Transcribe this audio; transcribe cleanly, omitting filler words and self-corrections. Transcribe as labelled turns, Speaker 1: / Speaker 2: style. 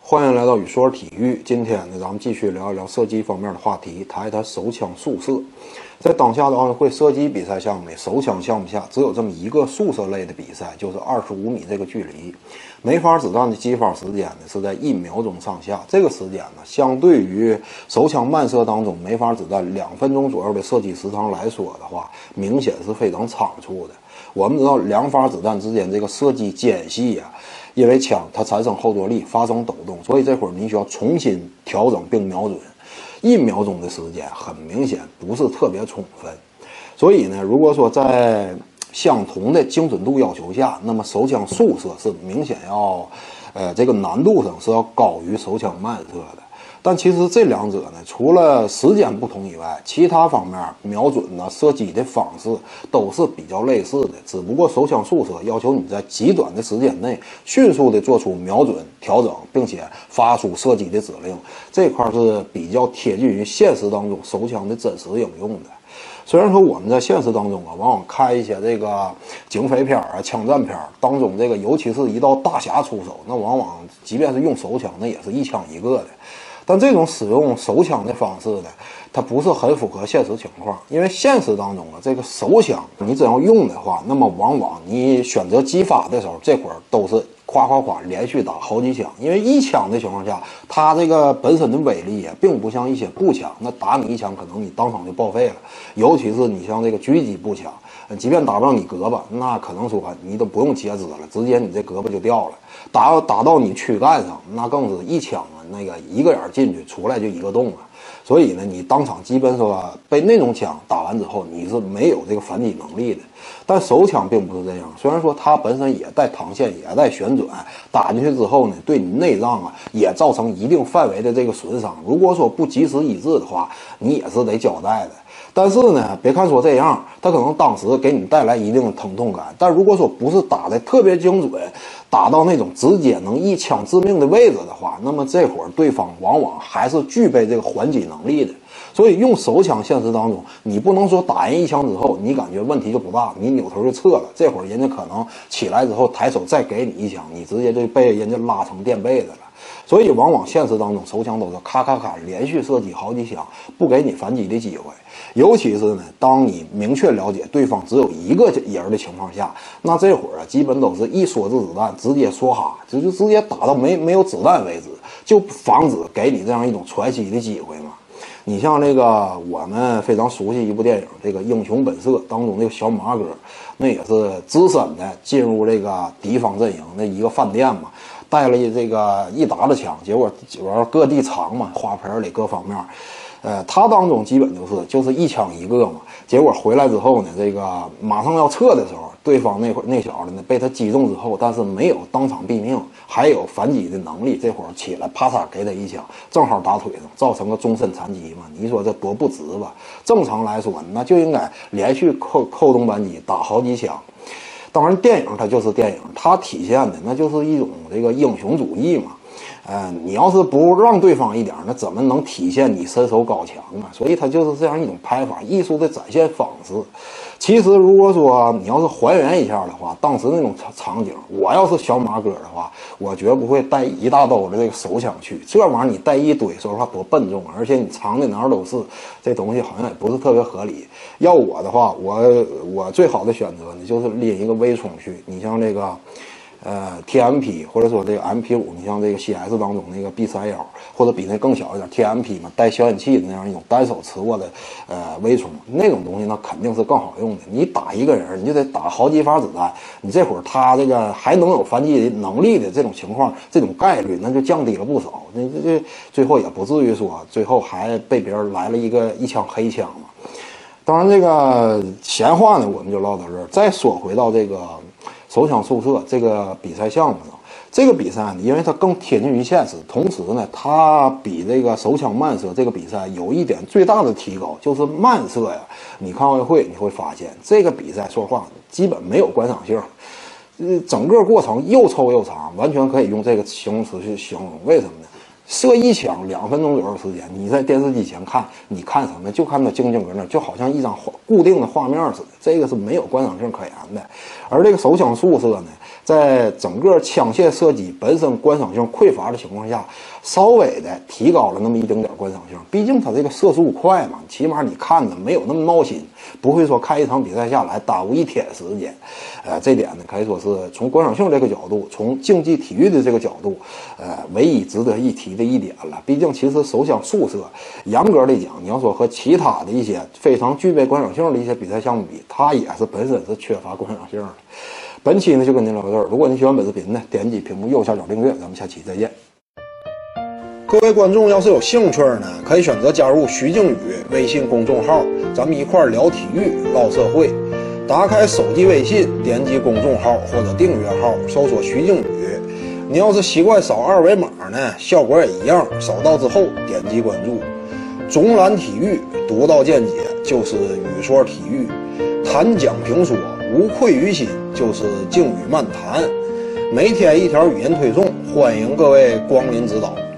Speaker 1: 欢迎来到宇说体育。今天呢，咱们继续聊一聊射击方面的话题，谈一谈手枪速射。在当下的奥运会射击比赛项目里，手枪项目下只有这么一个速射类的比赛，就是25米这个距离。每发子弹的击发时间呢是在1秒钟上下，这个时间呢，相对于手枪慢射当中每发子弹2分钟左右的射击时长来说的话，明显是非常仓促的。我们知道2发子弹之间这个射击间隙呀，因为枪它产生后坐力，发生抖动，所以这会儿你需要重新调整并瞄准。1秒钟的时间很明显不是特别充分，所以呢，如果说在相同的精准度要求下，那么手枪速射是明显要，这个难度上是要高于手枪慢射的。但其实这两者呢，除了时间不同以外，其他方面瞄准呢、射击的方式都是比较类似的。只不过手枪速射要求你在极短的时间内迅速的做出瞄准调整，并且发出射击的指令，这块是比较贴近于现实当中手枪的真实应用的。虽然说我们在现实当中啊，往往看一些这个警匪片啊、枪战片当中，这个尤其是一到大侠出手，那往往即便是用手枪，那也是一枪一个的。但这种使用手枪的方式呢，它不是很符合现实情况，因为现实当中啊，这个手枪你只要用的话，那么往往你选择击发的时候，这会儿都是夸夸夸连续打好几枪，因为一枪的情况下，它这个本身的威力也并不像一些步枪，那打你一枪可能你当场就报废了，尤其是你像这个狙击步枪，即便打不到你胳膊，那可能说你都不用截肢了，直接你这胳膊就掉了，打到你躯干上，那更是一枪啊，那个一个眼进去出来就一个洞了。所以呢，你当场基本说被那种枪打完之后，你是没有这个反击能力的。但手枪并不是这样，虽然说它本身也带膛线，也带旋转，打进去之后呢，对你内脏啊也造成一定范围的这个损伤。如果说不及时医治的话，你也是得交代的。但是呢，别看说这样，它可能当时给你带来一定的疼痛感，但如果说不是打的特别精准，打到那种直接能一枪致命的位置的话，那么这会儿对方往往还是具备这个还击能力的。所以用手枪现实当中，你不能说打人一枪之后，你感觉问题就不大，你扭头就撤了，这会儿人家可能起来之后抬手再给你一枪，你直接就被人家拉成垫背的了。所以往往现实当中手枪都是咔咔咔连续射击好几枪，不给你反击的机会。尤其是呢，当你明确了解对方只有一个人的情况下，那这会儿啊，基本都是一梭子子弹直接梭哈，就直接打到没有子弹为止，就防止给你这样一种喘息的机会嘛。你像这个我们非常熟悉一部电影，这个《英雄本色》当中这个小马哥，那也是只身的进入这个敌方阵营的一个饭店嘛，带了这个一打的枪，结果各地藏嘛，花盆里各方面。他当中基本就是一枪一个嘛，结果回来之后呢，这个马上要撤的时候，对方那小子呢被他击中之后，但是没有当场毙命，还有反击的能力，这会儿起来啪嚓给他一枪，正好打腿上，造成个终身残疾嘛。你说这多不值吧？正常来说，那就应该连续扣动扳机打好几枪。当然，电影它就是电影，它体现的那就是一种这个英雄主义嘛。你要是不让对方一点，那怎么能体现你身手高强啊？所以它就是这样一种拍法，艺术的展现方式。其实如果说你要是还原一下的话，当时那种场景，我要是小马哥的话，我绝不会带一大兜的这个手枪去。这玩意儿你带一堆，说实话多笨重，而且你藏的哪儿都是，这东西好像也不是特别合理。要我的话，我最好的选择呢，就是拎一个微冲去。你像这个。TMP 或者说这个 MP5，你像这个 CS 当中那个 B31，或者比那更小一点 TMP 嘛，带消音器的那样一种单手持握的微冲，那种东西那肯定是更好用的。你打一个人，你就得打好几发子弹，你这会儿他这个还能有反击能力的这种情况，这种概率那就降低了不少。这最后也不至于说最后还被别人来了一枪黑枪嘛。当然这个闲话呢，我们就唠到这儿。再说回到这个手枪速射这个比赛项目上，这个比赛呢，因为它更贴近于现实，同时呢，它比这个手枪慢射这个比赛有一点最大的提高，就是慢射呀。你看奥运会你会发现，这个比赛说话基本没有观赏性，整个过程又臭又长，完全可以用这个形容词去形容。为什么呢？ 射一枪2分钟左右时间，你在电视机前看，你看什么？就看它静静搁那，就好像一张固定的画面似的，这个是没有观赏性可言的。而这个手枪速射呢，在整个枪械射击本身观赏性匮乏的情况下，稍微的提高了那么一丁点观赏性。毕竟它这个射速快嘛，起码你看着没有那么闹心，不会说看一场比赛下来耽误一天时间。这点呢，可以说是从观赏性这个角度，从竞技体育的这个角度，唯一值得一提的一点了。毕竟其实手枪速射，严格的讲，你要说和其他的一些非常具备观赏性的一些比赛项目比，它也是本身是缺乏观赏性的。本期呢就跟您聊到这儿，如果您喜欢本视频呢，点击屏幕右下角订阅，咱们下期再见。各位观众要是有兴趣呢，可以选择加入徐静宇微信公众号，咱们一块聊体育唠社会。打开手机微信，点击公众号或者订阅号，搜索徐静宇。你要是习惯扫2维码呢，效果也一样，扫到之后点击关注。总览体育，独到见解就是语说体育，谈讲评说无愧于心就是静语漫谈。每天一条语音推送，欢迎各位光临指导。